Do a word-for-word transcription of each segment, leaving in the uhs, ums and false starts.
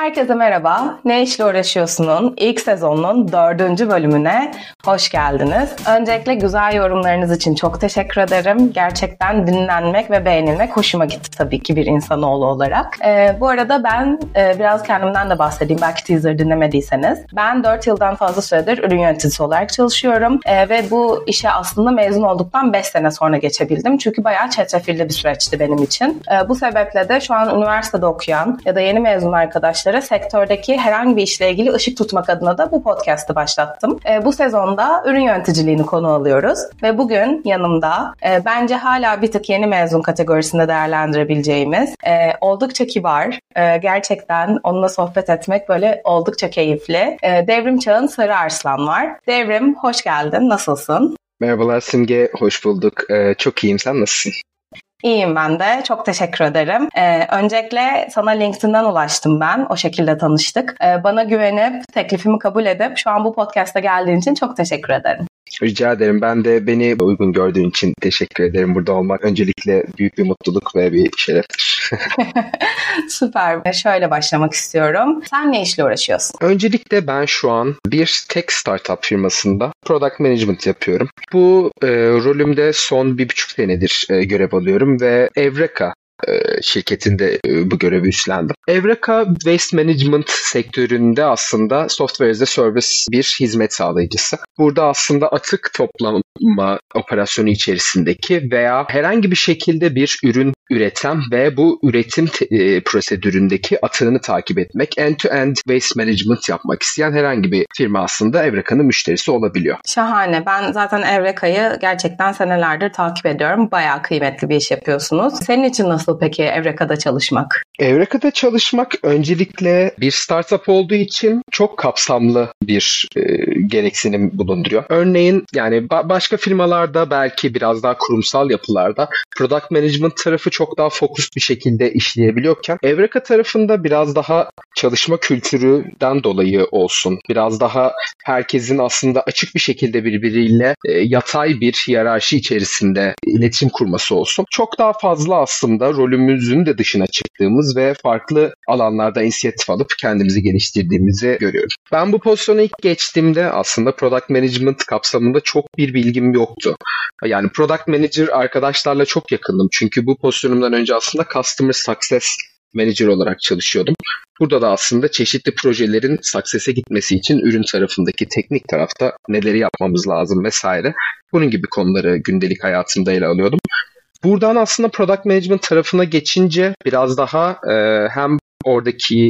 Herkese merhaba. Ne işle uğraşıyorsun'un ilk sezonunun dördüncü bölümüne hoş geldiniz. Öncelikle güzel yorumlarınız için çok teşekkür ederim. Gerçekten dinlenmek ve beğenilmek hoşuma gitti tabii ki bir insanoğlu olarak. Ee, bu arada ben e, biraz kendimden de bahsedeyim. Belki teaser dinlemediyseniz. Ben dört yıldan fazla süredir ürün yöneticisi olarak çalışıyorum. Ee, ve bu işe aslında mezun olduktan beş sene sonra geçebildim. Çünkü bayağı çetrefilli bir süreçti benim için. Ee, bu sebeple de şu an üniversitede okuyan ya da yeni mezun arkadaşlara sektördeki herhangi bir işle ilgili ışık tutmak adına da bu podcast'ı başlattım. E, bu sezonda ürün yöneticiliğini konu alıyoruz ve bugün yanımda e, bence hala bir tık yeni mezun kategorisinde değerlendirebileceğimiz e, oldukça kibar, e, gerçekten onunla sohbet etmek böyle oldukça keyifli. E, Devrim Çağın Sarı Arslan var. Devrim, hoş geldin. Nasılsın? Merhabalar Simge, hoş bulduk. Ee, çok iyiyim, sen nasılsın? İyiyim ben de. Çok teşekkür ederim. Ee, öncelikle sana LinkedIn'den ulaştım ben. O şekilde tanıştık. Ee, bana güvenip teklifimi kabul edip şu an bu podcast'a geldiğin için çok teşekkür ederim. Rica ederim. Ben de beni uygun gördüğün için teşekkür ederim. Burada olmak öncelikle büyük bir mutluluk ve bir şereftir. Süper. Şöyle başlamak istiyorum. Sen ne işle uğraşıyorsun? Öncelikle ben şu an bir tech startup firmasında product management yapıyorum. Bu e, rolümde son bir buçuk senedir e, görev alıyorum ve Evreka şirketinde bu görevi üstlendim. Evreka Waste Management sektöründe aslında Software as a Service bir hizmet sağlayıcısı. Burada aslında atık toplama operasyonu içerisindeki veya herhangi bir şekilde bir ürün üreten ve bu üretim te- prosedüründeki atığını takip etmek, end-to-end waste management yapmak isteyen herhangi bir firma aslında Evreka'nın müşterisi olabiliyor. Şahane. Ben zaten Evreka'yı gerçekten senelerdir takip ediyorum. Bayağı kıymetli bir iş yapıyorsunuz. Senin için nasıl peki Evreka'da çalışmak? Evreka'da çalışmak öncelikle bir startup olduğu için çok kapsamlı bir e, gereksinim bulunduruyor. Örneğin yani ba- başka firmalarda belki biraz daha kurumsal yapılarda product management tarafı çok daha fokus bir şekilde işleyebiliyorken Evreka tarafında biraz daha çalışma kültüründen dolayı olsun. Biraz daha herkesin aslında açık bir şekilde birbiriyle e, yatay bir hiyerarşi içerisinde iletişim kurması olsun. Çok daha fazla aslında rolümüzün de dışına çıktığımız ve farklı alanlarda inisiyatif alıp kendimizi geliştirdiğimizi görüyorum. Ben bu pozisyona ilk geçtiğimde aslında product management kapsamında çok bir bilgim yoktu. Yani product manager arkadaşlarla çok yakındım. Çünkü bu pozisyonumdan önce aslında customer success manager olarak çalışıyordum. Burada da aslında çeşitli projelerin success'e gitmesi için ürün tarafındaki teknik tarafta neleri yapmamız lazım vesaire. Bunun gibi konuları gündelik hayatımda ele alıyordum. Buradan aslında product management tarafına geçince biraz daha e, hem oradaki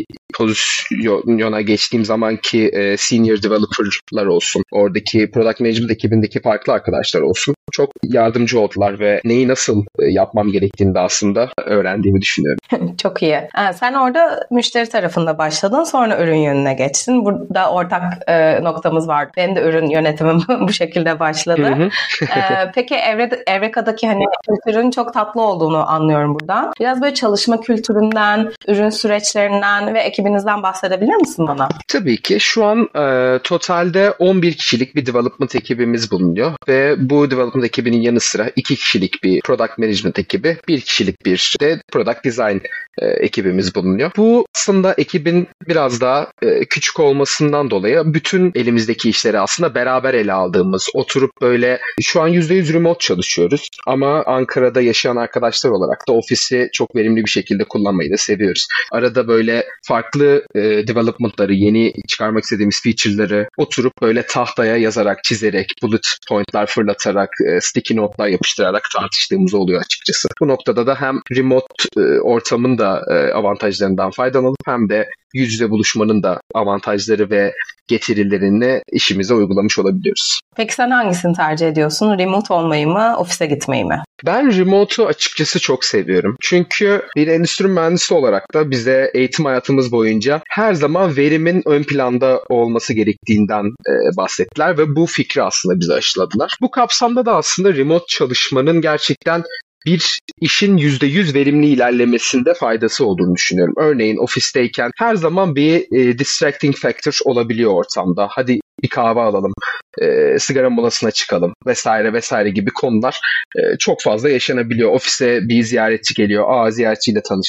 pozisyona geçtiğim zamanki e, senior developer'lar olsun, oradaki product management ekibindeki farklı arkadaşlar olsun çok yardımcı oldular ve neyi nasıl e, yapmam gerektiğini de aslında öğrendiğimi düşünüyorum. Çok iyi. Ha, sen orada müşteri tarafında başladın, sonra ürün yönüne geçtin. Burada ortak e, noktamız var. Benim de ürün yönetimim bu şekilde başladı. e, peki Evre, Evreka'daki hani kültürün çok tatlı olduğunu anlıyorum buradan. Biraz böyle çalışma kültüründen, ürün süreçlerinden ve ekibinizden bahsedebilir misin bana? Tabii ki. Şu an e, totalde on bir kişilik bir development ekibimiz bulunuyor ve bu development ekibinin yanı sıra iki kişilik bir product management ekibi, bir kişilik bir de product design e, ekibimiz bulunuyor. Bu aslında ekibin biraz daha e, küçük olmasından dolayı bütün elimizdeki işleri aslında beraber ele aldığımız, oturup böyle şu an yüzde yüz remote çalışıyoruz ama Ankara'da yaşayan arkadaşlar olarak da ofisi çok verimli bir şekilde kullanmayı da seviyoruz. Arada böyle farklı e, development'ları, yeni çıkarmak istediğimiz feature'ları oturup böyle tahtaya yazarak, çizerek, bullet point'lar fırlatarak, e, sticky note'lar yapıştırarak tartıştığımız oluyor açıkçası. Bu noktada da hem remote e, ortamın da e, avantajlarından faydalanıp hem de yüz yüze buluşmanın da avantajları ve getirilerini işimize uygulamış olabiliyoruz. Peki sen hangisini tercih ediyorsun? Remote olmayı mı, ofise gitmeyi mi? Ben remote'u açıkçası çok seviyorum. Çünkü bir endüstri mühendisi olarak da bize eğitim hayatımız boyunca her zaman verimin ön planda olması gerektiğinden e, bahsettiler ve bu fikri aslında bize aşıladılar. Bu kapsamda da aslında remote çalışmanın gerçekten bir işin yüzde yüz verimli ilerlemesinde faydası olduğunu düşünüyorum. Örneğin ofisteyken her zaman bir e, distracting factor olabiliyor ortamda. Hadi bir kahve alalım, e, sigara molasına çıkalım vesaire vesaire gibi konular e, çok fazla yaşanabiliyor. Ofise bir ziyaretçi geliyor, aa ziyaretçiyle tanışalım.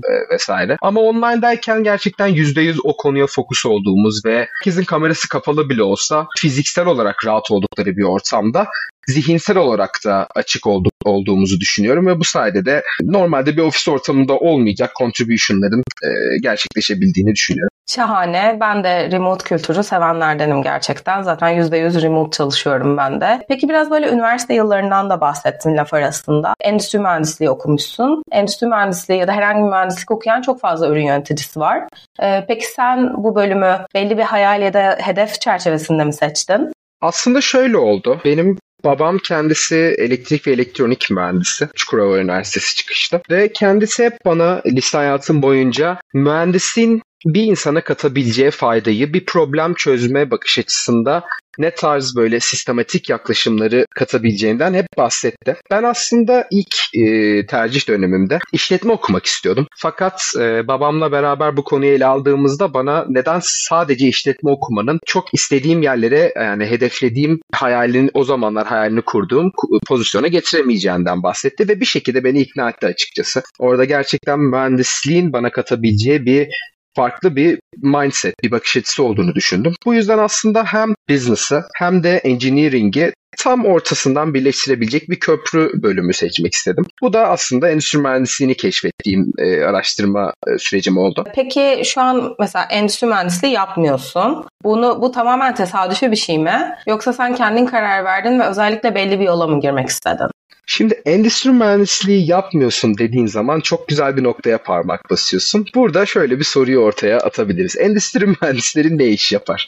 e, vesaire. Ama online'dayken gerçekten yüzde yüz o konuya fokus olduğumuz ve herkesin kamerası kapalı bile olsa fiziksel olarak rahat oldukları bir ortamda zihinsel olarak da açık olduk, olduğumuzu düşünüyorum ve bu sayede de normalde bir ofis ortamında olmayacak contribution'ların e, gerçekleşebildiğini düşünüyorum. Şahane. Ben de remote kültürü sevenlerdenim gerçekten. Zaten yüzde yüz remote çalışıyorum ben de. Peki biraz böyle üniversite yıllarından da bahsettin laf arasında. Endüstri mühendisliği okumuşsun. Endüstri mühendisliği ya da herhangi bir mühendislik okuyan çok fazla ürün yöneticisi var. Ee, peki sen bu bölümü belli bir hayal ya da hedef çerçevesinde mi seçtin? Aslında şöyle oldu. Benim babam kendisi elektrik ve elektronik mühendisi. Çukurova Üniversitesi çıkışlı. Ve kendisi hep bana lise hayatım boyunca mühendisin bir insana katabileceği faydayı bir problem çözme bakış açısında ne tarz böyle sistematik yaklaşımları katabileceğinden hep bahsetti. Ben aslında ilk e, tercih dönemimde işletme okumak istiyordum. Fakat e, babamla beraber bu konuyu ele aldığımızda bana neden sadece işletme okumanın çok istediğim yerlere, yani hedeflediğim hayalini, o zamanlar hayalini kurduğum pozisyona getiremeyeceğinden bahsetti ve bir şekilde beni ikna etti açıkçası. Orada gerçekten mühendisliğin bana katabileceği bir farklı bir mindset, bir bakış açısı olduğunu düşündüm. Bu yüzden aslında hem business'ı hem de engineering'i tam ortasından birleştirebilecek bir köprü bölümü seçmek istedim. Bu da aslında endüstri mühendisliğini keşfettiğim e, araştırma e, sürecim oldu. Peki şu an mesela endüstri mühendisliği yapmıyorsun. Bunu bu tamamen tesadüfi bir şey mi? Yoksa sen kendin karar verdin ve özellikle belli bir yola mı girmek istedin? Şimdi endüstri mühendisliği yapmıyorsun dediğin zaman çok güzel bir noktaya parmak basıyorsun. Burada şöyle bir soruyu ortaya atabiliriz. Endüstri mühendisleri ne iş yapar?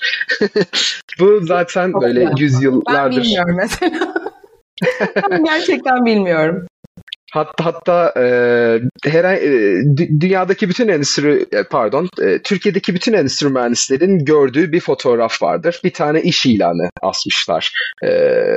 Bu zaten çok böyle güzel. Yüzyıllardır... Ben bilmiyorum mesela. Ben gerçekten bilmiyorum. Hatta hatta e, her e, dünyadaki bütün endüstri e, pardon e, Türkiye'deki bütün endüstri mühendislerin gördüğü bir fotoğraf vardır. Bir tane iş ilanı asmışlar. E,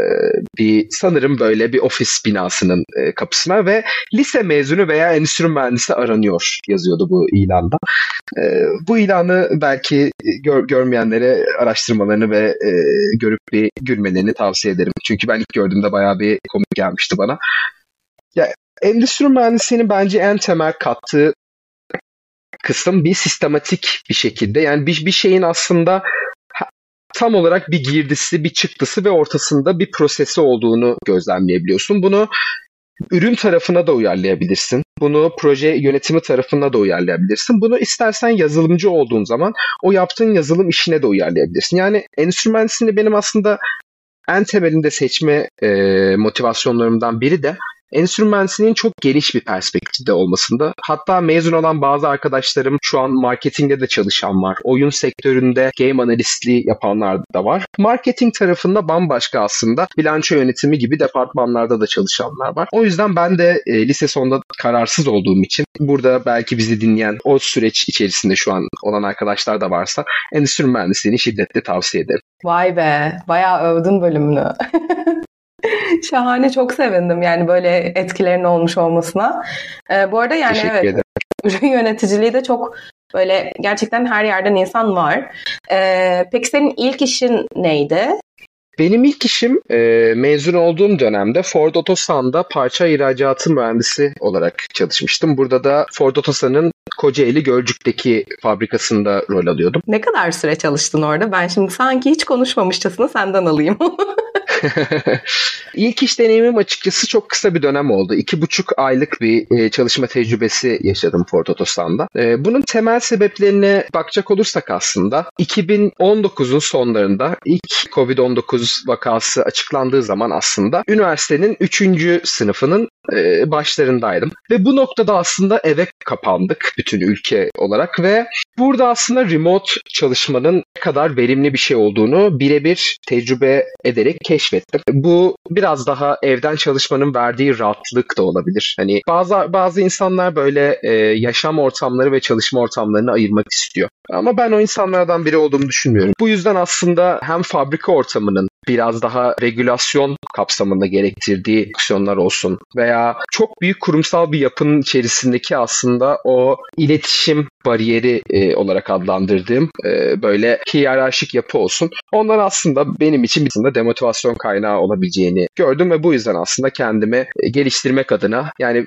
bir sanırım böyle bir ofis binasının e, kapısına ve lise mezunu veya endüstri mühendisi aranıyor yazıyordu bu ilanda. E, bu ilanı belki gör, görmeyenlere araştırmalarını ve e, görüp bir gülmelerini tavsiye ederim. Çünkü ben ilk gördüğümde bayağı bir komik gelmişti bana. Ya, endüstri mühendisliğinin bence en temel kattığı kısım bir sistematik bir şekilde, yani bir, bir şeyin aslında tam olarak bir girdisi, bir çıktısı ve ortasında bir prosesi olduğunu gözlemleyebiliyorsun. Bunu ürün tarafına da uyarlayabilirsin. Bunu proje yönetimi tarafına da uyarlayabilirsin. Bunu istersen yazılımcı olduğun zaman o yaptığın yazılım işine de uyarlayabilirsin. Yani endüstri mühendisliğini benim aslında en temelinde seçme e, motivasyonlarımdan biri de endüstri mühendisliğinin çok geniş bir perspektifte olmasında. Hatta mezun olan bazı arkadaşlarım şu an marketingde de çalışan var. Oyun sektöründe game analistliği yapanlar da var. Marketing tarafında bambaşka aslında bilanço yönetimi gibi departmanlarda da çalışanlar var. O yüzden ben de e, lise sonunda kararsız olduğum için burada belki bizi dinleyen o süreç içerisinde şu an olan arkadaşlar da varsa endüstri mühendisliğini şiddetle tavsiye ederim. Vay be, bayağı övdün bölümünü. Şahane, çok sevindim yani böyle etkilerinin olmuş olmasına. Ee, bu arada yani Teşekkür evet, ederim. Ürün yöneticiliği de çok böyle gerçekten her yerden insan var. Ee, peki senin ilk işin neydi? Benim ilk işim e, mezun olduğum dönemde Ford Otosan'da parça ihracatı mühendisi olarak çalışmıştım. Burada da Ford Otosan'ın Kocaeli Gölcük'teki fabrikasında rol alıyordum. Ne kadar süre çalıştın orada? Ben şimdi sanki hiç konuşmamışçasına senden alayım. İlk iş deneyimim açıkçası çok kısa bir dönem oldu. İki buçuk aylık bir e, çalışma tecrübesi yaşadım Ford Otosan'da. E, bunun temel sebeplerine bakacak olursak aslında iki bin on dokuzun sonlarında ilk kovid on dokuz vakası açıklandığı zaman aslında üniversitenin üçüncü sınıfının e, başlarındaydım. Ve bu noktada aslında eve kapandık bütün ülke olarak ve burada aslında remote çalışmanın ne kadar verimli bir şey olduğunu birebir tecrübe ederek keşfettim. Bu biraz daha evden çalışmanın verdiği rahatlık da olabilir. Hani bazı bazı insanlar böyle e, yaşam ortamları ve çalışma ortamlarını ayırmak istiyor. Ama ben o insanlardan biri olduğumu düşünmüyorum. Bu yüzden aslında hem fabrika ortamının biraz daha regülasyon kapsamında gerektirdiği aksiyonlar olsun veya çok büyük kurumsal bir yapının içerisindeki aslında o iletişim bariyeri e, olarak adlandırdığım e, böyle hiyerarşik yapı olsun. Onlar aslında benim için bir aslında demotivasyon kaynağı olabileceğini gördüm ve bu yüzden aslında kendimi e, geliştirmek adına, yani ben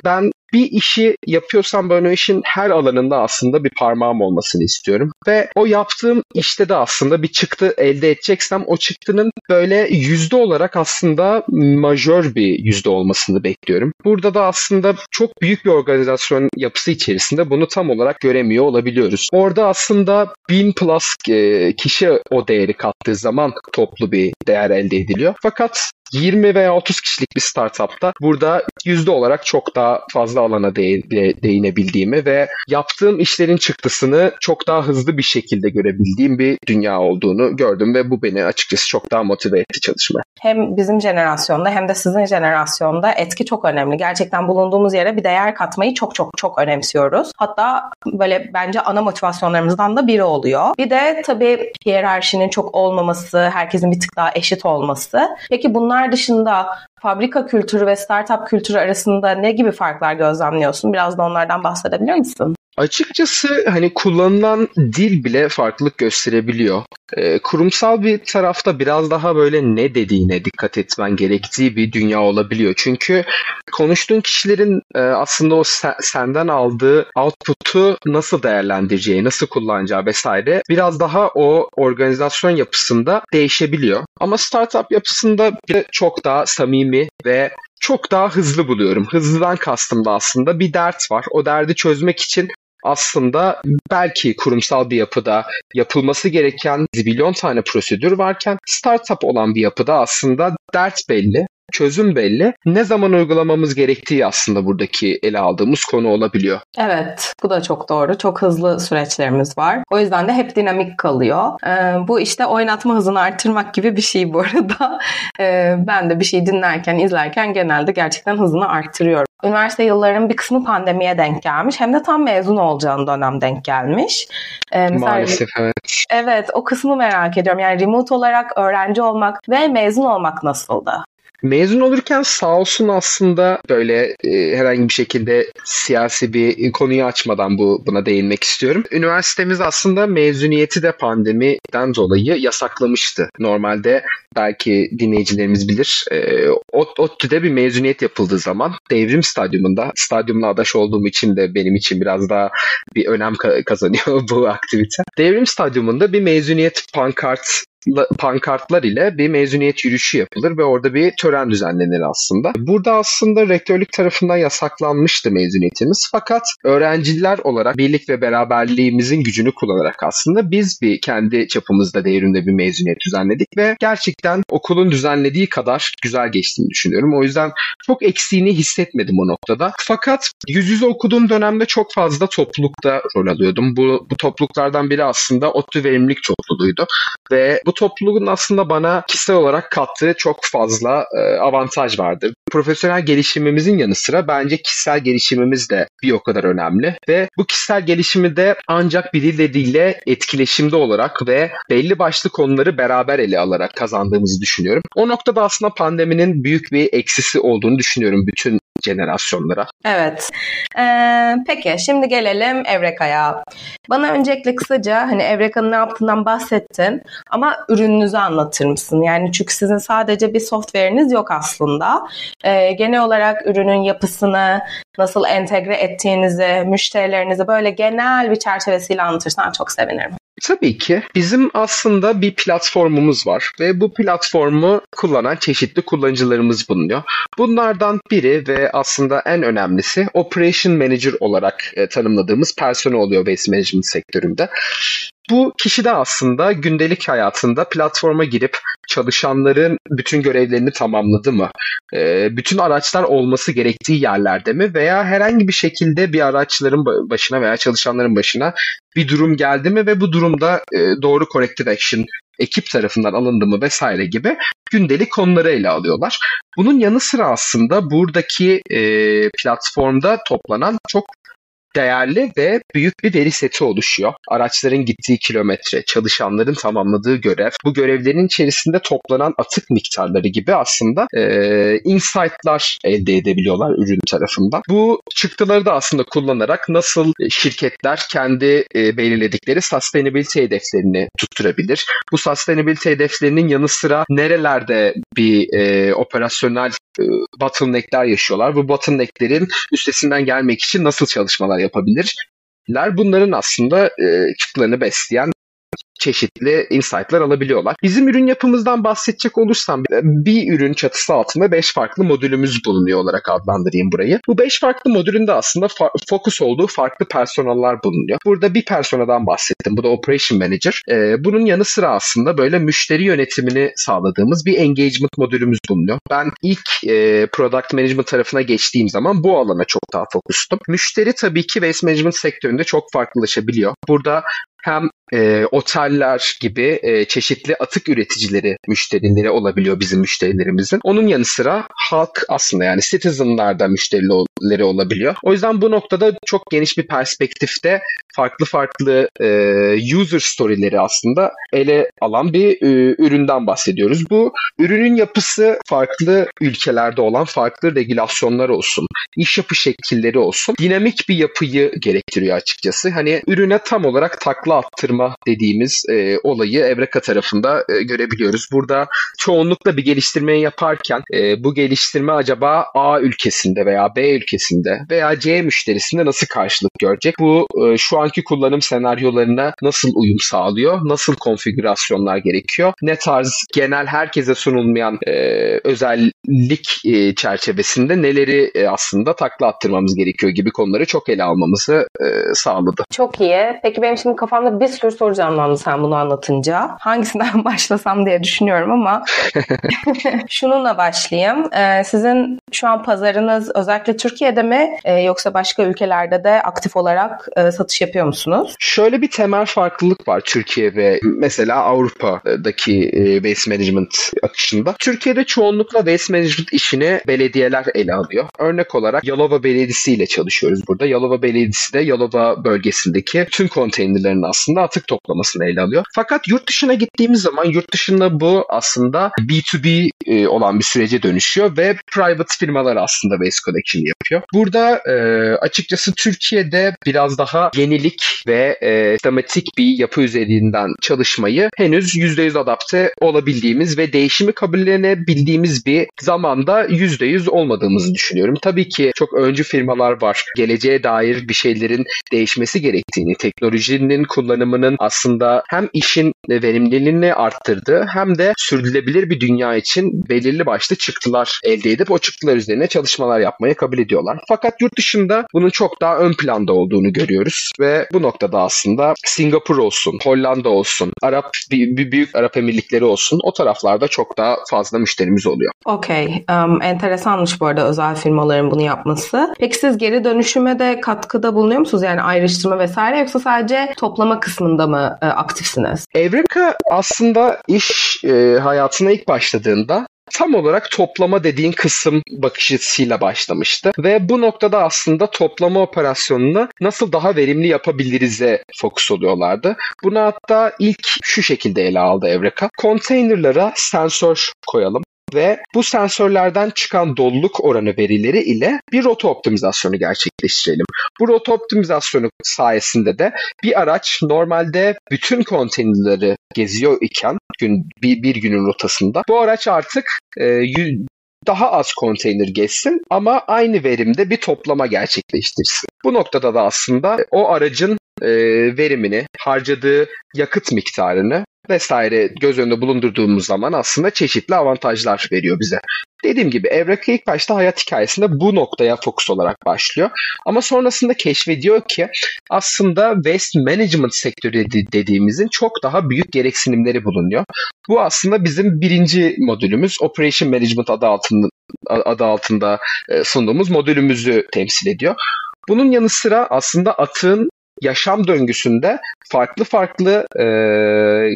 bir işi yapıyorsam ben o işin her alanında aslında bir parmağım olmasını istiyorum. Ve o yaptığım işte de aslında bir çıktı elde edeceksem o çıktının böyle yüzde olarak aslında majör bir yüzde olmasını bekliyorum. Burada da aslında çok büyük bir organizasyon yapısı içerisinde bunu tam olarak göremiyor olabiliyoruz. Orada aslında bin plus kişi o değeri kattığı zaman toplu bir değer elde ediliyor. Fakat yirmi veya otuz kişilik bir startupta burada yüzde olarak çok daha fazla alana de- değinebildiğimi ve yaptığım işlerin çıktısını çok daha hızlı bir şekilde görebildiğim bir dünya olduğunu gördüm ve bu beni açıkçası çok daha motive etti çalışmaya. Hem bizim jenerasyonda hem de sizin jenerasyonda etki çok önemli. Gerçekten bulunduğumuz yere bir değer katmayı çok çok çok önemsiyoruz. Hatta böyle bence ana motivasyonlarımızdan da biri oluyor. Bir de tabii hiyerarşinin çok olmaması, herkesin bir tık daha eşit olması. Peki bunlar dışında fabrika kültürü ve startup kültürü arasında ne gibi farklar gözlemliyorsun? Biraz da onlardan bahsedebilir misin? Açıkçası hani kullanılan dil bile farklılık gösterebiliyor. Ee, kurumsal bir tarafta biraz daha böyle ne dediğine dikkat etmen gerektiği bir dünya olabiliyor. Çünkü konuştuğun kişilerin e, aslında o se- senden aldığı output'u nasıl değerlendireceği, nasıl kullanacağı vesaire biraz daha o organizasyon yapısında değişebiliyor. Ama startup yapısında bir çok daha samimi ve çok daha hızlı buluyorum. Hızlıdan kastım da aslında bir dert var. O derdi çözmek için aslında belki kurumsal bir yapıda yapılması gereken zibilyon tane prosedür varken startup olan bir yapıda aslında dert belli, çözüm belli. Ne zaman uygulamamız gerektiği aslında buradaki ele aldığımız konu olabiliyor. Evet, bu da çok doğru. Çok hızlı süreçlerimiz var. O yüzden de hep dinamik kalıyor. Ee, bu işte oynatma hızını arttırmak gibi bir şey bu arada. Ee, ben de bir şey dinlerken, izlerken genelde gerçekten hızını arttırıyorum. Üniversite yıllarının bir kısmı pandemiye denk gelmiş. Hem de tam mezun olacağın dönem denk gelmiş. Ee, mesela, Maalesef evet. Evet, o kısmı merak ediyorum. Yani remote olarak öğrenci olmak ve mezun olmak nasıldı? Mezun olurken sağ olsun aslında böyle e, herhangi bir şekilde siyasi bir konuyu açmadan bu buna değinmek istiyorum. Üniversitemiz aslında mezuniyeti de pandemiden dolayı yasaklamıştı. Normalde belki dinleyicilerimiz bilir. E, ODTÜ'de bir mezuniyet yapıldığı zaman Devrim Stadyumunda, stadyumla adaş olduğum için de benim için biraz daha bir önem kazanıyor bu aktivite. Devrim Stadyumunda bir mezuniyet pankart pankartlar ile bir mezuniyet yürüyüşü yapılır ve orada bir tören düzenlenir aslında. Burada aslında rektörlük tarafından yasaklanmıştı mezuniyetimiz. Fakat öğrenciler olarak birlik ve beraberliğimizin gücünü kullanarak aslında biz bir kendi çapımızda devrimde bir mezuniyet düzenledik ve gerçekten okulun düzenlediği kadar güzel geçtiğini düşünüyorum. O yüzden çok eksiğini hissetmedim o noktada. Fakat yüz yüze okuduğum dönemde çok fazla toplulukta rol alıyordum. Bu, bu topluluklardan biri aslında ODTÜ Verimlilik Topluluğuydu ve bu topluluğun aslında bana kişisel olarak kattığı çok fazla e, avantaj vardı. Profesyonel gelişimimizin yanı sıra bence kişisel gelişimimiz de bir o kadar önemli ve bu kişisel gelişimi de ancak birileriyle etkileşimde olarak ve belli başlı konuları beraber ele alarak kazandığımızı düşünüyorum. O noktada aslında pandeminin büyük bir eksisi olduğunu düşünüyorum bütün jenerasyonlara. Evet. Ee, peki şimdi gelelim Evreka'ya. Bana öncelikle kısaca hani Evreka'nın ne yaptığından bahsettin ama ürününüzü anlatır mısın? Yani çünkü sizin sadece bir software'iniz yok aslında. Ee, genel olarak ürünün yapısını, nasıl entegre ettiğinizi, müşterilerinizi böyle genel bir çerçevesiyle anlatırsan çok sevinirim. Tabii ki. Bizim aslında bir platformumuz var ve bu platformu kullanan çeşitli kullanıcılarımız bulunuyor. Bunlardan biri ve aslında en önemlisi Operation Manager olarak e, tanımladığımız persona oluyor Waste Management sektöründe. Bu kişi de aslında gündelik hayatında platforma girip çalışanların bütün görevlerini tamamladı mı? E, bütün araçlar olması gerektiği yerlerde mi? Veya herhangi bir şekilde bir araçların başına veya çalışanların başına bir durum geldi mi ve bu durumda e, doğru corrective action ekip tarafından alındı mı vesaire gibi gündelik konuları ele alıyorlar. Bunun yanı sıra aslında buradaki e, platformda toplanan çok değerli ve büyük bir veri seti oluşuyor. Araçların gittiği kilometre, çalışanların tamamladığı görev, bu görevlerin içerisinde toplanan atık miktarları gibi aslında e, insight'lar elde edebiliyorlar ürün tarafından. Bu çıktıları da aslında kullanarak nasıl şirketler kendi e, belirledikleri sustainability hedeflerini tutturabilir? Bu sustainability hedeflerinin yanı sıra nerelerde bir e, operasyonel e, bottleneck'ler yaşıyorlar? Bu bottleneck'lerin üstesinden gelmek için nasıl çalışmalar yapabilirler? Bunların aslında e, çıktılarını besleyen çeşitli insight'lar alabiliyorlar. Bizim ürün yapımızdan bahsedecek olursam bir ürün çatısı altında beş farklı modülümüz bulunuyor olarak adlandırayım burayı. Bu beş farklı modülün de aslında fa- fokus olduğu farklı personeller bulunuyor. Burada bir personadan bahsettim. Bu da Operation Manager. Ee, bunun yanı sıra aslında böyle müşteri yönetimini sağladığımız bir engagement modülümüz bulunuyor. Ben ilk e, Product Management tarafına geçtiğim zaman bu alana çok daha fokustum. Müşteri tabii ki Waste Management sektöründe çok farklılaşabiliyor. Burada hem e, oteller gibi e, çeşitli atık üreticileri, müşterileri olabiliyor bizim müşterilerimizin. Onun yanı sıra halk aslında yani citizenlar da müşterileri olabiliyor. O yüzden bu noktada çok geniş bir perspektifte farklı farklı e, user story'leri aslında ele alan bir e, üründen bahsediyoruz. Bu ürünün yapısı farklı ülkelerde olan farklı regülasyonlar olsun, iş yapı şekilleri olsun, dinamik bir yapıyı gerektiriyor açıkçası. Hani ürüne tam olarak takla attırma dediğimiz e, olayı Evreka tarafında e, görebiliyoruz. Burada çoğunlukla bir geliştirmeyi yaparken e, bu geliştirme acaba A ülkesinde veya B ülkesinde veya C müşterisinde nasıl karşılık görecek? Bu e, şu anki kullanım senaryolarına nasıl uyum sağlıyor? Nasıl konfigürasyonlar gerekiyor? Ne tarz genel herkese sunulmayan e, özellik e, çerçevesinde neleri e, aslında takla attırmamız gerekiyor gibi konuları çok ele almamızı e, sağladı. Çok iyi. Peki benim şimdi kafamda bir sürü soru canlandı sen bunu anlatınca. Hangisinden başlasam diye düşünüyorum ama şununla başlayayım. Ee, sizin şu an pazarınız özellikle Türkiye'de mi e, yoksa başka ülkelerde de aktif olarak e, satış yapıyor musunuz? Şöyle bir temel farklılık var Türkiye ve mesela Avrupa'daki e, waste management akışında. Türkiye'de çoğunlukla waste management işini belediyeler ele alıyor. Örnek olarak Yalova Belediyesi ile çalışıyoruz burada. Yalova Belediyesi de Yalova bölgesindeki tüm konteynerlerin aslında atık toplamasını ele alıyor. Fakat yurt dışına gittiğimiz zaman yurt dışında bu aslında B iki B e, olan bir sürece dönüşüyor ve private firmalar aslında waste collection yapıyor. Burada e, açıkçası Türkiye'de biraz daha yenilik ve e, sistematik bir yapı üzerinden çalışmayı henüz yüzde yüz adapte olabildiğimiz ve değişimi kabullenebildiğimiz bir zamanda yüzde yüz olmadığımızı düşünüyorum. Tabii ki çok öncü firmalar var. Geleceğe dair bir şeylerin değişmesi gerektiğini, teknolojinin kullanımının aslında hem işin verimliliğini arttırdığı hem de sürdürülebilir bir dünya için belirli başlı çıktılar elde edip o çıktılar üzerine çalışmalar yapmayı kabul ediyorlar. Fakat yurt dışında bunun çok daha ön planda olduğunu görüyoruz ve bu noktada aslında Singapur olsun, Hollanda olsun, Arap bir büyük Arap Emirlikleri olsun o taraflarda çok daha fazla müşterimiz oluyor. Okey. Um, enteresanmış bu arada özel firmaların bunu yapması. Peki siz geri dönüşüme de katkıda bulunuyor musunuz? Yani ayrıştırma vesaire yoksa sadece toplama kısmında mı e, aktifsiniz? Evreka aslında iş e, hayatına ilk başladığında tam olarak toplama dediğin kısım bakış açısıyla başlamıştı. Ve bu noktada aslında toplama operasyonunu nasıl daha verimli yapabiliriz'e fokus oluyorlardı. Bunu hatta ilk şu şekilde ele aldı Evreka. Konteynerlara sensör koyalım ve bu sensörlerden çıkan doluluk oranı verileri ile bir rota optimizasyonu gerçekleştirelim. Bu rota optimizasyonu sayesinde de bir araç normalde bütün konteynerleri geziyor iken gün, bir, bir günün rotasında bu araç artık e, daha az konteyner geçsin ama aynı verimde bir toplama gerçekleştirsin. Bu noktada da aslında o aracın e, verimini, harcadığı yakıt miktarını vesaire göz önünde bulundurduğumuz zaman aslında çeşitli avantajlar veriyor bize. Dediğim gibi Evreka ilk başta hayat hikayesinde bu noktaya fokus olarak başlıyor. Ama sonrasında keşfediyor ki aslında waste management sektörü dediğimizin çok daha büyük gereksinimleri bulunuyor. Bu aslında bizim birinci modülümüz Operation Management adı altında, adı altında sunduğumuz modülümüzü temsil ediyor. Bunun yanı sıra aslında atığın yaşam döngüsünde farklı farklı e,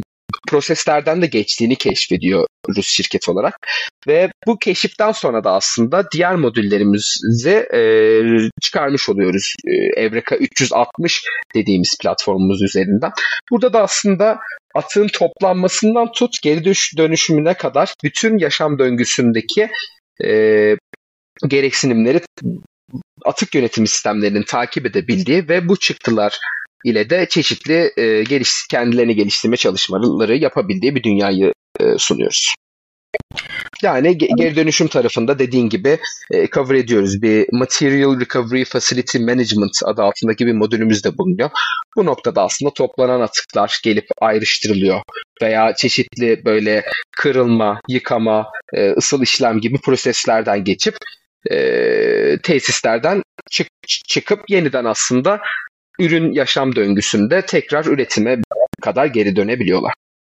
proseslerden de geçtiğini keşfediyor Rus şirket olarak. Ve bu keşiften sonra da aslında diğer modüllerimizi e, çıkarmış oluyoruz. E, Evreka üç yüz altmış dediğimiz platformumuz üzerinden. Burada da aslında atığın toplanmasından tut geri dönüşümüne kadar bütün yaşam döngüsündeki e, gereksinimleri atık yönetimi sistemlerinin takip edebildiği ve bu çıktılar ile de çeşitli e, geliş, kendilerini geliştirme çalışmaları yapabildiği bir dünyayı e, sunuyoruz. Yani ge- geri dönüşüm tarafında dediğin gibi e, cover ediyoruz. Bir Material Recovery Facility Management adı altındaki bir modülümüz de bulunuyor. Bu noktada aslında toplanan atıklar gelip ayrıştırılıyor veya çeşitli böyle kırılma, yıkama, e, ısıl işlem gibi proseslerden geçip e, tesislerden çık- çıkıp yeniden aslında ürün yaşam döngüsünde tekrar üretime kadar geri dönebiliyorlar.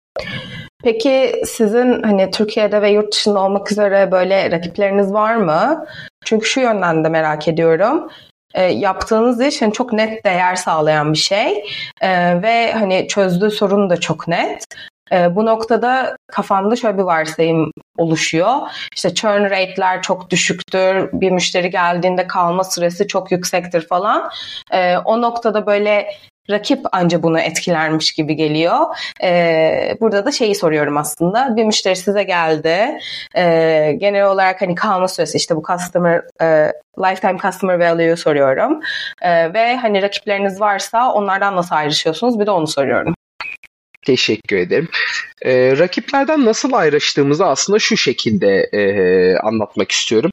Peki sizin hani Türkiye'de ve yurt dışında olmak üzere böyle rakipleriniz var mı? Çünkü şu yönden de merak ediyorum. E, yaptığınız iş hani çok net değer sağlayan bir şey e, ve hani çözdüğü sorun da çok net. E, bu noktada kafamda şöyle bir varsayım oluşuyor. İşte churn rate'ler çok düşüktür, bir müşteri geldiğinde kalma süresi çok yüksektir falan. E, o noktada böyle rakip anca bunu etkilermiş gibi geliyor. Ee, burada da şeyi soruyorum aslında. Bir müşteri size geldi. Ee, genel olarak hani kalma süresi işte bu customer e, lifetime customer value'yu soruyorum. Ee, ve hani rakipleriniz varsa onlardan nasıl ayrışıyorsunuz? Bir de onu soruyorum. Teşekkür ederim. Ee, rakiplerden nasıl ayrıştığımızı aslında şu şekilde e, anlatmak istiyorum.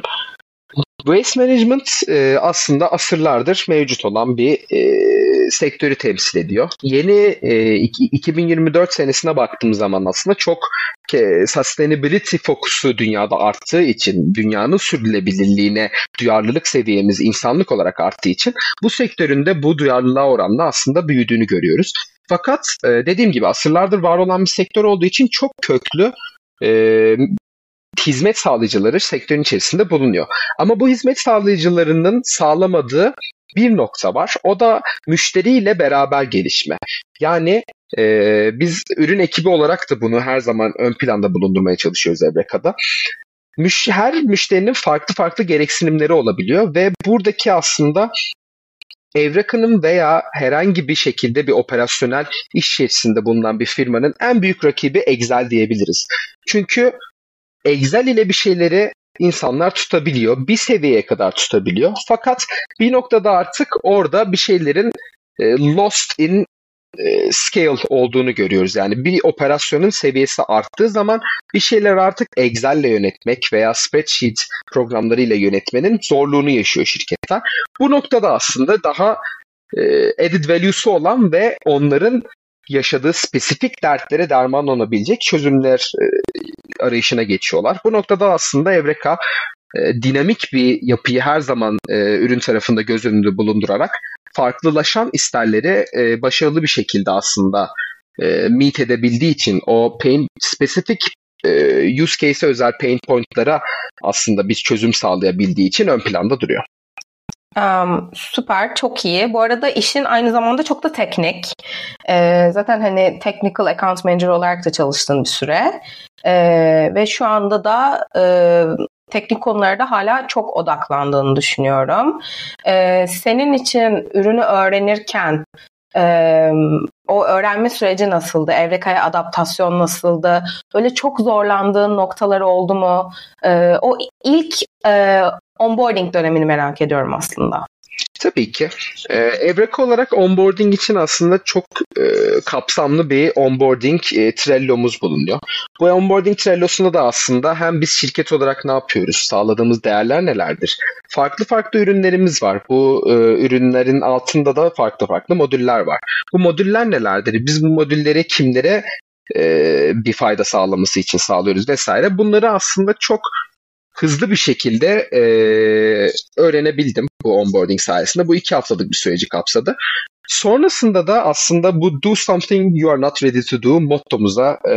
Waste Management e, aslında asırlardır mevcut olan bir e, sektörü temsil ediyor. Yeni e, iki bin yirmi dört senesine baktığım zaman aslında çok e, sustainability fokusu dünyada arttığı için, dünyanın sürdürülebilirliğine duyarlılık seviyemiz insanlık olarak arttığı için bu sektörün de bu duyarlılığa oranla aslında büyüdüğünü görüyoruz. Fakat e, dediğim gibi asırlardır var olan bir sektör olduğu için çok köklü e, hizmet sağlayıcıları sektörün içerisinde bulunuyor. Ama bu hizmet sağlayıcılarının sağlamadığı bir nokta var. O da müşteriyle beraber gelişme. Yani e, biz ürün ekibi olarak da bunu her zaman ön planda bulundurmaya çalışıyoruz Evreka'da. Müş- her müşterinin farklı farklı gereksinimleri olabiliyor ve buradaki aslında Evreka'nın veya herhangi bir şekilde bir operasyonel iş içerisinde bulunan bir firmanın en büyük rakibi Excel diyebiliriz. Çünkü Excel ile bir şeyleri insanlar tutabiliyor. Bir seviyeye kadar tutabiliyor. Fakat bir noktada artık orada bir şeylerin e, lost in e, scale olduğunu görüyoruz. Yani bir operasyonun seviyesi arttığı zaman bir şeyler artık Excel ile yönetmek veya spreadsheet programlarıyla yönetmenin zorluğunu yaşıyor şirketler. Bu noktada aslında daha e, added value'su olan ve onların yaşadığı spesifik dertlere derman olabilecek çözümler e, arayışına geçiyorlar. Bu noktada aslında Evreka e, dinamik bir yapıyı her zaman e, ürün tarafında göz önünde bulundurarak farklılaşan isterleri e, başarılı bir şekilde aslında e, meet edebildiği için o pain spesifik e, use case'e özel pain point'lara aslında bir çözüm sağlayabildiği için ön planda duruyor. Um, süper, çok iyi. Bu arada işin aynı zamanda çok da teknik. Ee, zaten hani technical account manager olarak da çalıştın bir süre. Ee, ve şu anda da e, teknik konularda hala çok odaklandığını düşünüyorum. Ee, senin için ürünü öğrenirken e, o öğrenme süreci nasıldı? Evreka'ya adaptasyon nasıldı? Böyle çok zorlandığın noktalar oldu mu? Ee, o ilk e, onboarding dönemini merak ediyorum aslında. Tabii ki. Ee, Evreka olarak onboarding için aslında çok e, kapsamlı bir onboarding e, Trello'muz bulunuyor. Bu onboarding Trello'sunda da aslında hem biz şirket olarak ne yapıyoruz, sağladığımız değerler nelerdir? Farklı farklı ürünlerimiz var. Bu e, ürünlerin altında da farklı farklı modüller var. Bu modüller nelerdir? Biz bu modülleri kimlere e, bir fayda sağlaması için sağlıyoruz vesaire. Bunları aslında çok hızlı bir şekilde e, öğrenebildim bu onboarding sayesinde. Bu iki haftalık bir süreci kapsadı. Sonrasında da aslında bu do something you are not ready to do mottomuza e,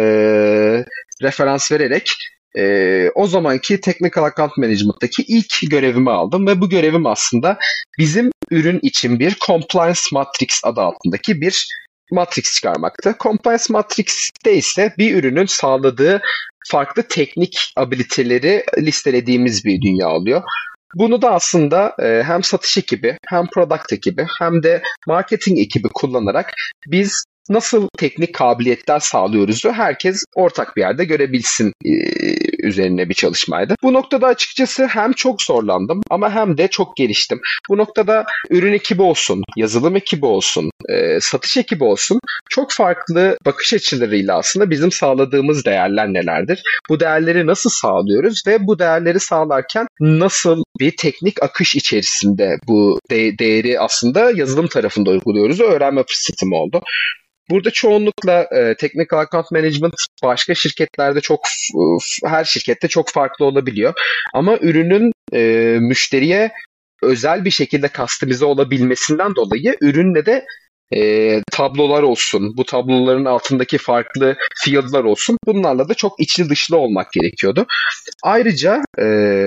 referans vererek e, o zamanki Technical Account Management'taki ilk görevimi aldım ve bu görevim aslında bizim ürün için bir Compliance Matrix adı altındaki bir matrix çıkarmaktı. Compliance Matrix'te ise bir ürünün sağladığı farklı teknik abiliteleri listelediğimiz bir dünya oluyor. Bunu da aslında e, hem satış ekibi, hem product ekibi, hem de marketing ekibi kullanarak biz nasıl teknik kabiliyetler sağlıyoruzu herkes ortak bir yerde görebilsin e, üzerine bir çalışmaydı. Bu noktada açıkçası hem çok zorlandım ama hem de çok geliştim. Bu noktada ürün ekibi olsun, yazılım ekibi olsun, e, satış ekibi olsun çok farklı bakış açılarıyla aslında bizim sağladığımız değerler nelerdir? Bu değerleri nasıl sağlıyoruz ve bu değerleri sağlarken nasıl bir teknik akış içerisinde bu de- değeri aslında yazılım tarafında uyguluyoruz öğrenme fırsatım oldu. Burada çoğunlukla e, Technical Account Management başka şirketlerde çok, f- her şirkette çok farklı olabiliyor. Ama ürünün e, müşteriye özel bir şekilde customize olabilmesinden dolayı ürünle de e, tablolar olsun, bu tabloların altındaki farklı field'lar olsun, bunlarla da çok içli dışlı olmak gerekiyordu. Ayrıca e,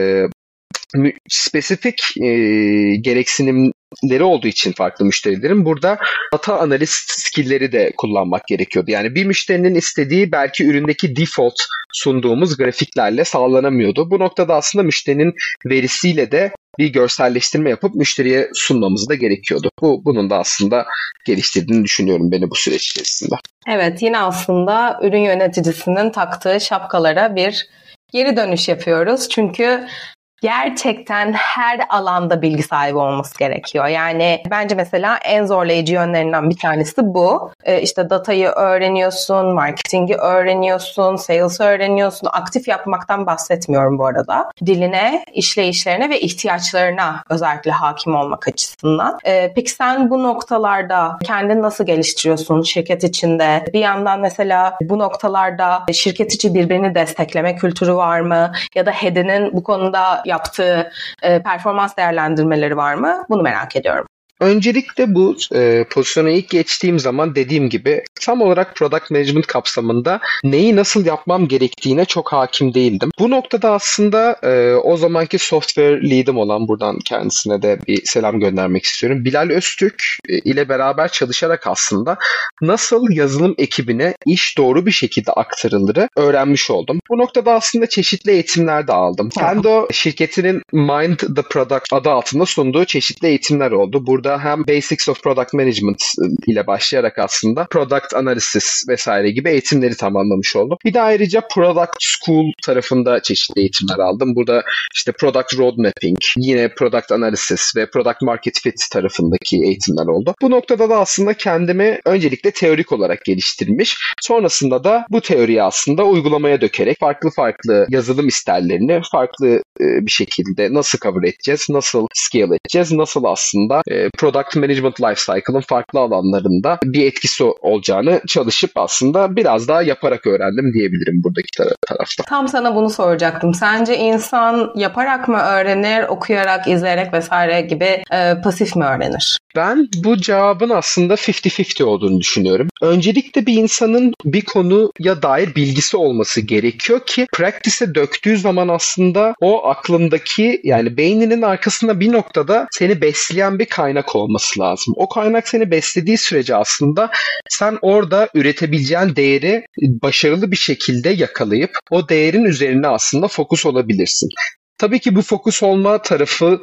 spesifik e, gereksinimleri olduğu için farklı müşterilerin burada data analist skill'leri de kullanmak gerekiyordu. Yani bir müşterinin istediği belki üründeki default sunduğumuz grafiklerle sağlanamıyordu. Bu noktada aslında müşterinin verisiyle de bir görselleştirme yapıp müşteriye sunmamız da gerekiyordu. Bu bunun da aslında geliştirdiğini düşünüyorum beni bu süreç içerisinde. Evet, yine aslında ürün yöneticisinin taktığı şapkalara bir geri dönüş yapıyoruz. Çünkü gerçekten her alanda bilgi sahibi olması gerekiyor. Yani bence mesela en zorlayıcı yönlerinden bir tanesi bu. Ee, işte datayı öğreniyorsun, marketingi öğreniyorsun, sales öğreniyorsun. Aktif yapmaktan bahsetmiyorum bu arada. Diline, işleyişlerine ve ihtiyaçlarına özellikle hakim olmak açısından. Ee, peki sen bu noktalarda kendini nasıl geliştiriyorsun şirket içinde? Bir yandan mesela bu noktalarda şirket içi birbirini destekleme kültürü var mı? Ya da head'inin bu konuda yaptığı e, performans değerlendirmeleri var mı? Bunu merak ediyorum. Öncelikle bu e, pozisyona ilk geçtiğim zaman dediğim gibi tam olarak product management kapsamında neyi nasıl yapmam gerektiğine çok hakim değildim. Bu noktada aslında e, o zamanki software lead'im olan, buradan kendisine de bir selam göndermek istiyorum, Bilal Öztürk e, ile beraber çalışarak aslında nasıl yazılım ekibine iş doğru bir şekilde aktarılırı öğrenmiş oldum. Bu noktada aslında çeşitli eğitimler de aldım. Kendi o şirketinin Mind the Product adı altında sunduğu çeşitli eğitimler oldu. Burada hem Basics of Product Management ile başlayarak aslında Product Analysis vesaire gibi eğitimleri tamamlamış oldum. Bir de ayrıca Product School tarafında çeşitli eğitimler aldım. Burada işte Product Road Mapping, yine Product Analysis ve Product Market Fit tarafındaki eğitimler oldu. Bu noktada da aslında kendimi öncelikle teorik olarak geliştirmiş. Sonrasında da bu teoriyi aslında uygulamaya dökerek farklı farklı yazılım isterlerini farklı bir şekilde nasıl cover edeceğiz, nasıl scale edeceğiz, nasıl aslında Product Management Lifecycle'ın farklı alanlarında bir etkisi olacağını çalışıp aslında biraz daha yaparak öğrendim diyebilirim buradaki tarafta. Tam sana bunu soracaktım. Sence insan yaparak mı öğrenir, okuyarak, izleyerek vesaire gibi e, pasif mi öğrenir? Ben bu cevabın aslında elli elli olduğunu düşünüyorum. Öncelikle bir insanın bir konuya dair bilgisi olması gerekiyor ki practice'e döktüğü zaman aslında o aklındaki, yani beyninin arkasında bir noktada seni besleyen bir kaynak olması lazım. O kaynak seni beslediği sürece aslında sen orada üretebileceğin değeri başarılı bir şekilde yakalayıp o değerin üzerine aslında fokus olabilirsin. Tabii ki bu fokus olma tarafı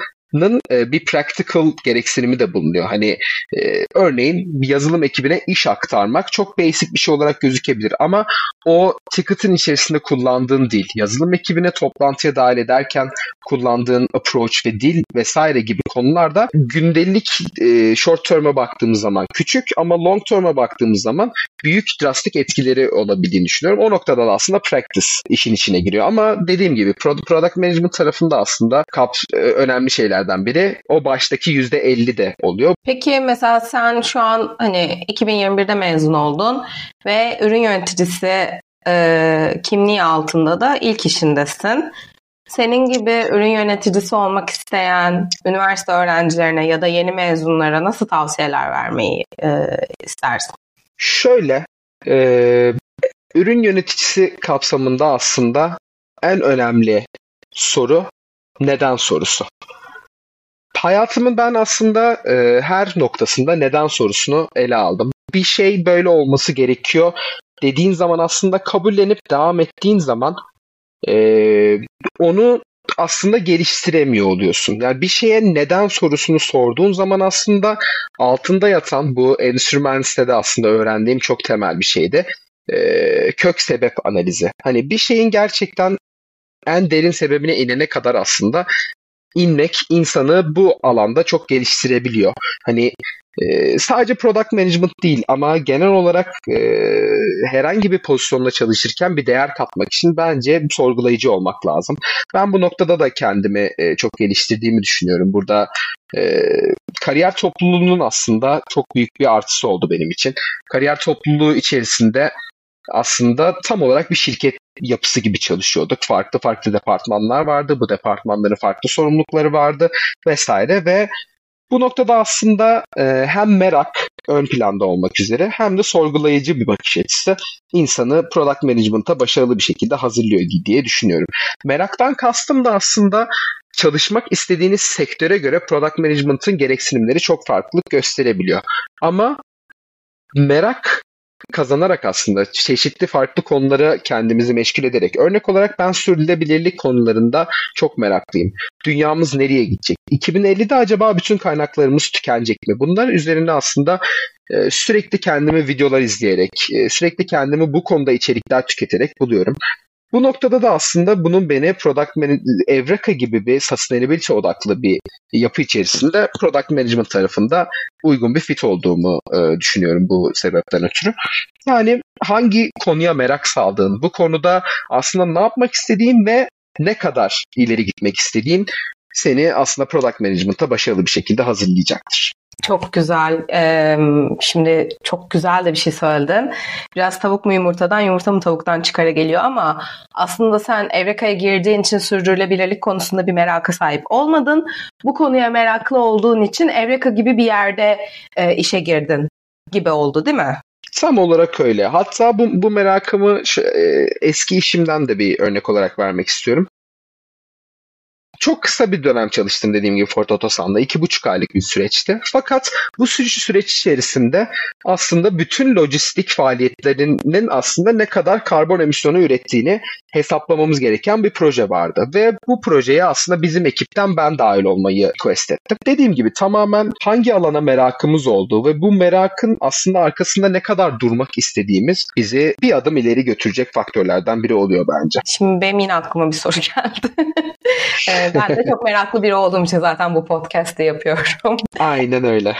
bir practical gereksinimi de bulunuyor. Hani e, örneğin bir yazılım ekibine iş aktarmak çok basic bir şey olarak gözükebilir ama o ticket'ın içerisinde kullandığın dil, yazılım ekibine toplantıya dahil ederken kullandığın approach ve dil vesaire gibi konularda gündelik e, short term'e baktığımız zaman küçük ama long term'e baktığımız zaman büyük drastik etkileri olabildiğini düşünüyorum. O noktada da aslında practice işin içine giriyor. Ama dediğim gibi product management tarafında aslında kap, önemli şeylerden biri o baştaki yüzde elli de oluyor. Peki mesela sen şu an hani iki bin yirmi birde mezun oldun ve ürün yöneticisi e, kimliği altında da ilk işindesin. Senin gibi ürün yöneticisi olmak isteyen üniversite öğrencilerine ya da yeni mezunlara nasıl tavsiyeler vermeyi e, istersin? Şöyle, e, ürün yöneticisi kapsamında aslında en önemli soru neden sorusu. Hayatımın ben aslında e, her noktasında neden sorusunu ele aldım. bir şey böyle olması gerekiyor dediğin zaman aslında kabullenip devam ettiğin zaman e, onu aslında geliştiremiyor oluyorsun. Yani bir şeye neden sorusunu sorduğun zaman aslında altında yatan, bu Endüstri de aslında öğrendiğim çok temel bir şeydi. Ee, kök sebep analizi. Hani bir şeyin gerçekten en derin sebebine inene kadar aslında inmek insanı bu alanda çok geliştirebiliyor. Hani e, sadece product management değil ama genel olarak e, herhangi bir pozisyonda çalışırken bir değer katmak için bence sorgulayıcı olmak lazım. Ben bu noktada da kendimi e, çok geliştirdiğimi düşünüyorum. Burada e, kariyer topluluğunun aslında çok büyük bir artısı oldu benim için. Kariyer topluluğu içerisinde aslında tam olarak bir şirket yapısı gibi çalışıyorduk. Farklı farklı departmanlar vardı. Bu departmanların farklı sorumlulukları vardı vesaire ve bu noktada aslında e, hem merak ön planda olmak üzere hem de sorgulayıcı bir bakış açısı insanı product management'a başarılı bir şekilde hazırlıyor diye düşünüyorum. Meraktan kastım da aslında çalışmak istediğiniz sektöre göre product management'ın gereksinimleri çok farklılık gösterebiliyor. Ama merak kazanarak aslında çeşitli farklı konulara kendimizi meşgul ederek. Örnek olarak ben sürdürülebilirlik konularında çok meraklıyım. Dünyamız nereye gidecek? iki bin ellide acaba bütün kaynaklarımız tükenecek mi? Bunlar üzerine aslında e, sürekli kendimi videolar izleyerek, e, sürekli kendimi bu konuda içerikler tüketerek buluyorum. Bu noktada da aslında bunun beni Product Man- Evreka gibi bir sustainability odaklı bir yapı içerisinde Product Management tarafında uygun bir fit olduğumu e, düşünüyorum bu sebepten ötürü. Yani hangi konuya merak saldığın, bu konuda aslında ne yapmak istediğin ve ne kadar ileri gitmek istediğin seni aslında Product Management'a başarılı bir şekilde hazırlayacaktır. Çok güzel. Ee, şimdi çok güzel de bir şey söyledin. Biraz tavuk mu yumurtadan, yumurta mı tavuktan çıkara geliyor ama aslında sen Evreka'ya girdiğin için sürdürülebilirlik konusunda bir meraka sahip olmadın. Bu konuya meraklı olduğun için Evreka gibi bir yerde e, işe girdin gibi oldu, değil mi? Tam olarak öyle. Hatta bu, bu merakımı şu, e, eski işimden de bir örnek olarak vermek istiyorum. Çok kısa bir dönem çalıştım dediğim gibi Ford Otosan'da. iki buçuk aylık bir süreçti. Fakat bu süreç, süreç içerisinde aslında bütün lojistik faaliyetlerinin aslında ne kadar karbon emisyonu ürettiğini hesaplamamız gereken bir proje vardı. Ve bu projeye aslında bizim ekipten ben dahil olmayı request ettim. Dediğim gibi tamamen hangi alana merakımız olduğu ve bu merakın aslında arkasında ne kadar durmak istediğimiz bizi bir adım ileri götürecek faktörlerden biri oluyor bence. Şimdi benim yine aklıma bir soru geldi. Ben de çok meraklı biri olduğum için zaten bu podcast'ı yapıyorum. Aynen öyle.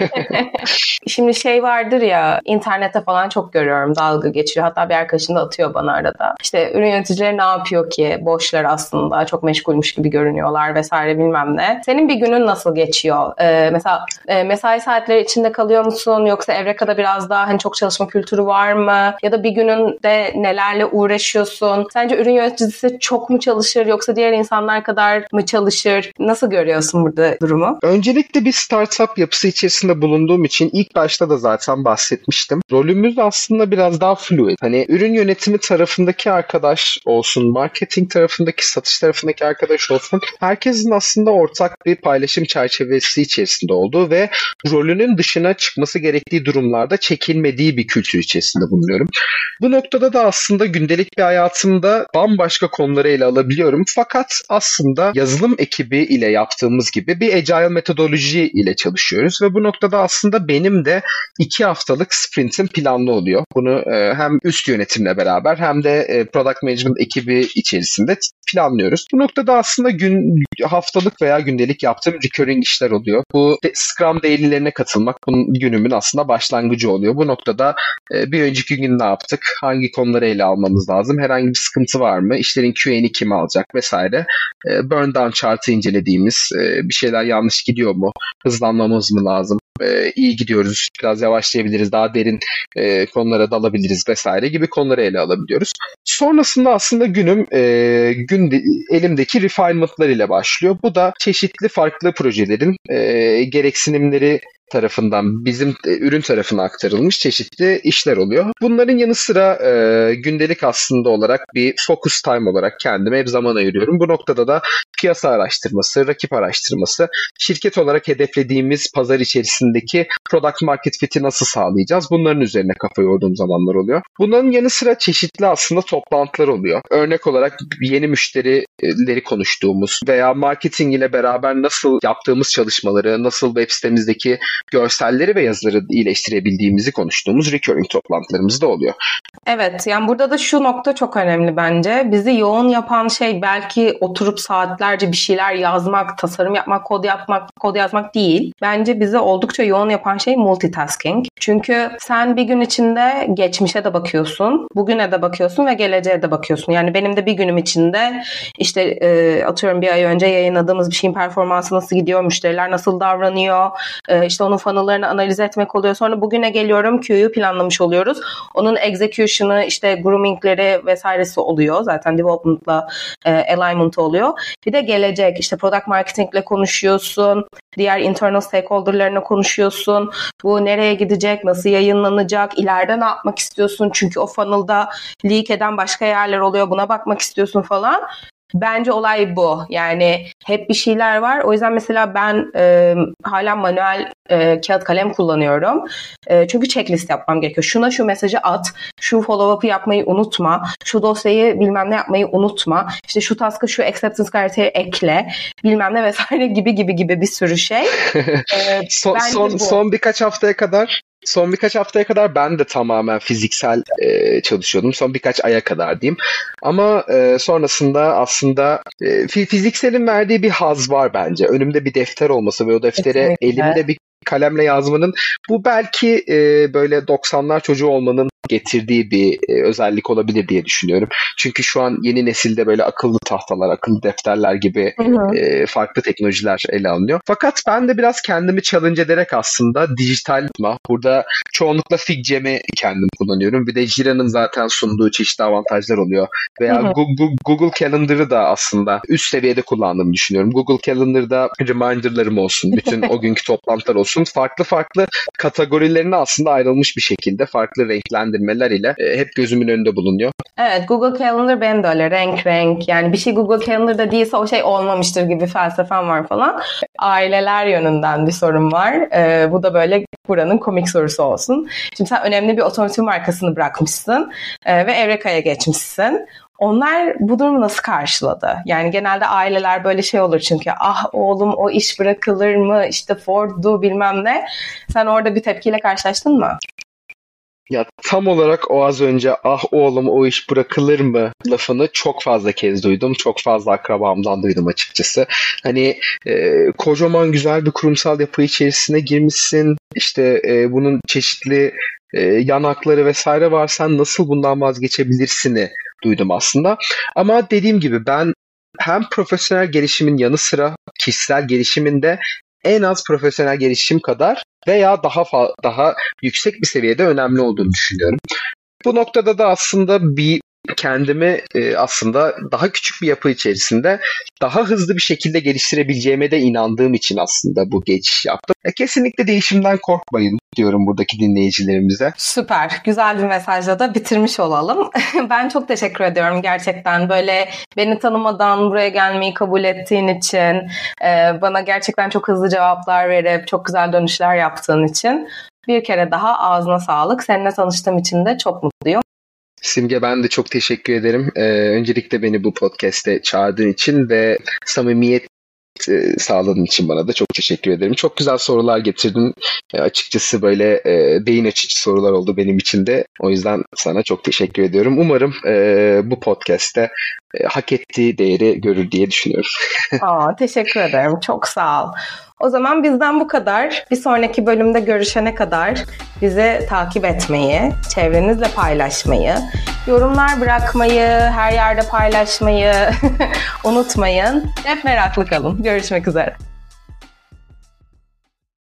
Şimdi şey vardır ya, internette falan çok görüyorum, dalga geçiyor. Hatta bir arkadaşım da atıyor bana arada. İşte ürün yöneticileri ne yapıyor ki? Boşlar aslında. Çok meşgulmüş gibi görünüyorlar vesaire bilmem ne. Senin bir günün nasıl geçiyor? Ee, mesela e, mesai saatleri içinde kalıyor musun? Yoksa Evreka'da biraz daha hani çok çalışma kültürü var mı? Ya da bir gününde nelerle uğraşıyorsun? Sence ürün yöneticisi çok mu çalışır? Yoksa diğer insanlar kadar mı çalışır? Nasıl görüyorsun burada durumu? Öncelikle bir startup yapısı içerisinde bulunduğum için ilk başta da zaten bahsetmiştim. Rolümüz aslında biraz daha fluid. Hani ürün yönetimi tarafındaki arkadaş olsun, marketing tarafındaki, satış tarafındaki arkadaş olsun. Herkesin aslında ortak bir paylaşım çerçevesi içerisinde olduğu ve rolünün dışına çıkması gerektiği durumlarda çekilmediği bir kültür içerisinde bulunuyorum. Bu noktada da aslında gündelik bir hayatımda bambaşka konuları ele alabiliyorum. Fakat aslında yazılım ekibi ile yaptığımız gibi bir agile metodoloji ile çalışıyoruz ve bu noktada aslında benim de iki haftalık sprintim planlı oluyor. Bunu e, hem üst yönetimle beraber hem de e, product management ekibi içerisinde planlıyoruz. Bu noktada aslında gün haftalık veya gündelik yaptığım recurring işler oluyor. Bu de, Scrum daily'lerine katılmak bunun günümün aslında başlangıcı oluyor. Bu noktada e, bir önceki gün ne yaptık? Hangi konuları ele almamız lazım? Herhangi bir sıkıntı var mı? İşlerin Q A'ni kim alacak vesaire. E, burn down chart'ı incelediğimiz, e, bir şeyler yanlış gidiyor mu? Hızlanmamız mı lazım? E, iyi gidiyoruz, biraz yavaşlayabiliriz, daha derin e, konulara dalabiliriz vesaire gibi konuları ele alabiliyoruz. Sonrasında aslında günüm e, gün elimdeki refinement'lar ile başlıyor. Bu da çeşitli farklı projelerin e, gereksinimleri tarafından bizim e, ürün tarafına aktarılmış çeşitli işler oluyor. Bunların yanı sıra e, gündelik aslında olarak bir focus time olarak kendime hep zaman ayırıyorum. Bu noktada da piyasa araştırması, rakip araştırması, şirket olarak hedeflediğimiz pazar içerisindeki product market fit'i nasıl sağlayacağız? Bunların üzerine kafa yorduğum zamanlar oluyor. Bunların yanı sıra çeşitli aslında toplantılar oluyor. Örnek olarak yeni müşterileri konuştuğumuz veya marketing ile beraber nasıl yaptığımız çalışmaları, nasıl web sitemizdeki görselleri ve yazıları iyileştirebildiğimizi konuştuğumuz recurring toplantılarımız da oluyor. Evet, yani burada da şu nokta çok önemli bence. Bizi yoğun yapan şey belki oturup saatlerce bir şeyler yazmak, tasarım yapmak, kod yapmak, kod yazmak değil. Bence bizi oldukça yoğun yapan şey multitasking. Çünkü sen bir gün içinde geçmişe de bakıyorsun, bugüne de bakıyorsun ve geleceğe de bakıyorsun. Yani benim de bir günüm içinde işte e, atıyorum bir ay önce yayınladığımız bir şeyin performansı nasıl gidiyor, müşteriler nasıl davranıyor, e, işte onun funnel'larını analiz etmek oluyor. Sonra bugüne geliyorum, Q'yu planlamış oluyoruz. Onun execution'ı, işte grooming'leri vesairesi oluyor. Zaten development'la e, alignment oluyor. Bir de gelecek, işte product marketing'le konuşuyorsun, diğer internal stakeholder'larına konuşuyorsun. Bu nereye gidecek, nasıl yayınlanacak, ileride ne yapmak istiyorsun? Çünkü o funnel'da leak eden başka yerler oluyor. Buna bakmak istiyorsun falan. Bence olay bu. Yani hep bir şeyler var. O yüzden mesela ben e, hala manuel e, kağıt kalem kullanıyorum. E, çünkü checklist yapmam gerekiyor. Şuna şu mesajı at, şu follow-up'ı yapmayı unutma, şu dosyayı bilmem ne yapmayı unutma, işte şu task'ı şu acceptance kriterleri ekle, bilmem ne vesaire gibi gibi gibi bir sürü şey. E, son, son, son birkaç haftaya kadar Son birkaç haftaya kadar ben de tamamen fiziksel e, çalışıyordum. Son birkaç aya kadar diyeyim. Ama e, sonrasında aslında e, fizikselin verdiği bir haz var bence. Önümde bir defter olması ve o deftere Kesinlikle. elimde bir kalemle yazmanın, bu belki e, böyle doksanlar çocuğu olmanın getirdiği bir e, özellik olabilir diye düşünüyorum. Çünkü şu an yeni nesilde böyle akıllı tahtalar, akıllı defterler gibi e, farklı teknolojiler ele alınıyor. Fakat ben de biraz kendimi challenge ederek aslında dijital, burada çoğunlukla FigJam'i kendim kullanıyorum. Bir de Jira'nın zaten sunduğu çeşitli avantajlar oluyor. Veya hı hı. Google, Google Calendar'ı da aslında üst seviyede kullandığımı düşünüyorum. Google Calendar'da reminder'larım olsun, bütün o günkü toplantılar olsun, farklı farklı kategorilerine aslında ayrılmış bir şekilde farklı renklendirmeler ile e, hep gözümün önünde bulunuyor. Evet, Google Calendar benim de öyle renk renk. Yani bir şey Google Calendar'da değilse o şey olmamıştır gibi felsefem var falan. Aileler yönünden bir sorun var. Ee, bu da böyle buranın komik sorusu olsun. Şimdi sen önemli bir otomotiv markasını bırakmışsın e, ve Evreka'ya geçmişsin. Onlar bu durumu nasıl karşıladı? Yani genelde aileler böyle şey olur çünkü ah oğlum o iş bırakılır mı? İşte Ford'du bilmem ne. Sen orada bir tepkiyle karşılaştın mı? Ya tam olarak o az önce ah oğlum o iş bırakılır mı lafını çok fazla kez duydum. Çok fazla akrabamdan duydum açıkçası. Hani e, kocaman güzel bir kurumsal yapı içerisine girmişsin. İşte e, bunun çeşitli e, yanakları vesaire var. Sen nasıl bundan vazgeçebilirsini duydum aslında. Ama dediğim gibi ben hem profesyonel gelişimin yanı sıra kişisel gelişiminde en az profesyonel gelişim kadar veya daha fa- daha yüksek bir seviyede önemli olduğunu düşünüyorum. Bu noktada da aslında bir kendimi e, aslında daha küçük bir yapı içerisinde daha hızlı bir şekilde geliştirebileceğime de inandığım için aslında bu geçiş yaptım. E, kesinlikle değişimden korkmayın diyorum buradaki dinleyicilerimize. Süper. Güzel bir mesajla da bitirmiş olalım. Ben çok teşekkür ediyorum gerçekten. Böyle beni tanımadan buraya gelmeyi kabul ettiğin için, e, bana gerçekten çok hızlı cevaplar verip çok güzel dönüşler yaptığın için bir kere daha ağzına sağlık. Seninle tanıştığım için de çok mutluyum. Simge, ben de çok teşekkür ederim. Ee, öncelikle beni bu podcast'e çağırdığın için ve samimiyet e, sağladığın için bana da çok teşekkür ederim. Çok güzel sorular getirdin. E, açıkçası böyle e, beyin açıcı sorular oldu benim için de. O yüzden sana çok teşekkür ediyorum. Umarım e, bu podcast'te e, hak ettiği değeri görür diye düşünüyorum. Aa, teşekkür ederim. Çok sağ ol. O zaman bizden bu kadar. Bir sonraki bölümde görüşene kadar bizi takip etmeyi, çevrenizle paylaşmayı, yorumlar bırakmayı, her yerde paylaşmayı unutmayın. Hep meraklı kalın. Görüşmek üzere.